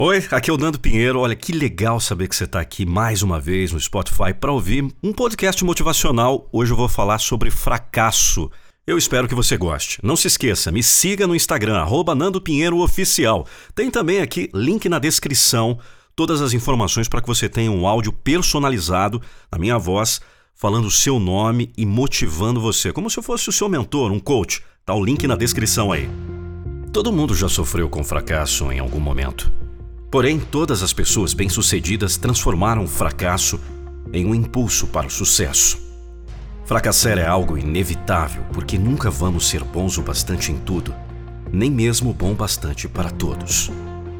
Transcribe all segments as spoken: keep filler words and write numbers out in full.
Oi, aqui é o Nando Pinheiro. Olha, que legal saber que você está aqui mais uma vez no Spotify para ouvir um podcast motivacional. Hoje eu vou falar sobre fracasso. Eu espero que você goste. Não se esqueça, me siga no Instagram, arroba Nando Pinheiro Oficial. Tem também aqui link na descrição, todas as informações para que você tenha um áudio personalizado na minha voz, falando o seu nome e motivando você, como se eu fosse o seu mentor, um coach. Tá o link na descrição aí. Todo mundo já sofreu com fracasso em algum momento. Porém, todas as pessoas bem-sucedidas transformaram o fracasso em um impulso para o sucesso. Fracassar é algo inevitável, porque nunca vamos ser bons o bastante em tudo, nem mesmo bom bastante para todos.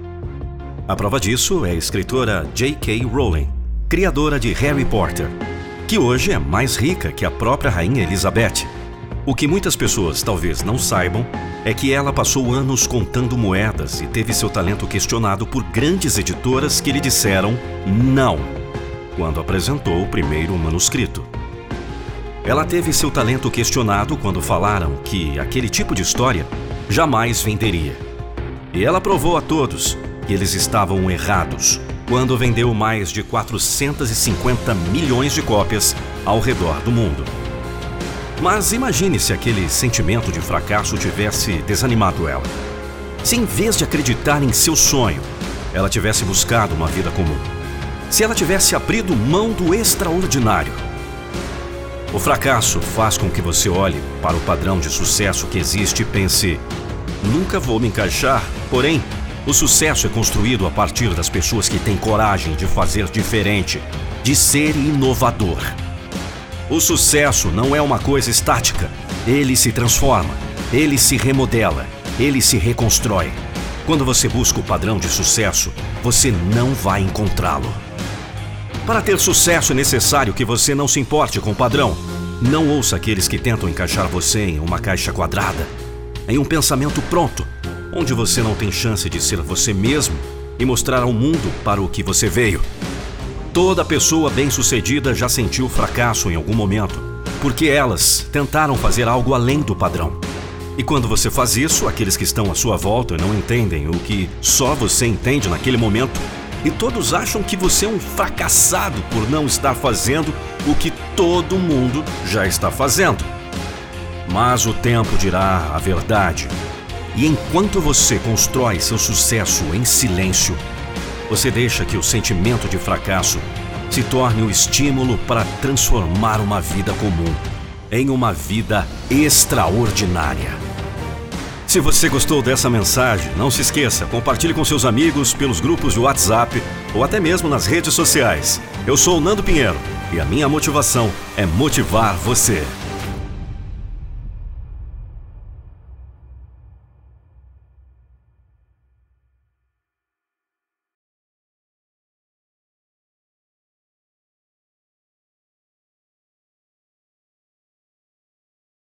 A prova disso é a escritora J K Rowling, criadora de Harry Potter, que hoje é mais rica que a própria Rainha Elizabeth. O que muitas pessoas talvez não saibam é que ela passou anos contando moedas e teve seu talento questionado por grandes editoras que lhe disseram não quando apresentou o primeiro manuscrito. Ela teve seu talento questionado quando falaram que aquele tipo de história jamais venderia. E ela provou a todos que eles estavam errados quando vendeu mais de quatrocentos e cinquenta milhões de cópias ao redor do mundo. Mas imagine se aquele sentimento de fracasso tivesse desanimado ela. Se em vez de acreditar em seu sonho, ela tivesse buscado uma vida comum. Se ela tivesse abrido mão do extraordinário. O fracasso faz com que você olhe para o padrão de sucesso que existe e pense: nunca vou me encaixar. Porém, o sucesso é construído a partir das pessoas que têm coragem de fazer diferente, de ser inovador. O sucesso não é uma coisa estática. Ele se transforma, ele se remodela, ele se reconstrói. Quando você busca o padrão de sucesso, você não vai encontrá-lo. Para ter sucesso é necessário que você não se importe com o padrão. Não ouça aqueles que tentam encaixar você em uma caixa quadrada, em um pensamento pronto, onde você não tem chance de ser você mesmo e mostrar ao mundo para o que você veio. Toda pessoa bem-sucedida já sentiu fracasso em algum momento, porque elas tentaram fazer algo além do padrão. E quando você faz isso, aqueles que estão à sua volta não entendem o que só você entende naquele momento, e todos acham que você é um fracassado por não estar fazendo o que todo mundo já está fazendo. Mas o tempo dirá a verdade, e enquanto você constrói seu sucesso em silêncio, você deixa que o sentimento de fracasso se torne o estímulo para transformar uma vida comum em uma vida extraordinária. Se você gostou dessa mensagem, não se esqueça, compartilhe com seus amigos pelos grupos de WhatsApp ou até mesmo nas redes sociais. Eu sou o Nando Pinheiro e a minha motivação é motivar você.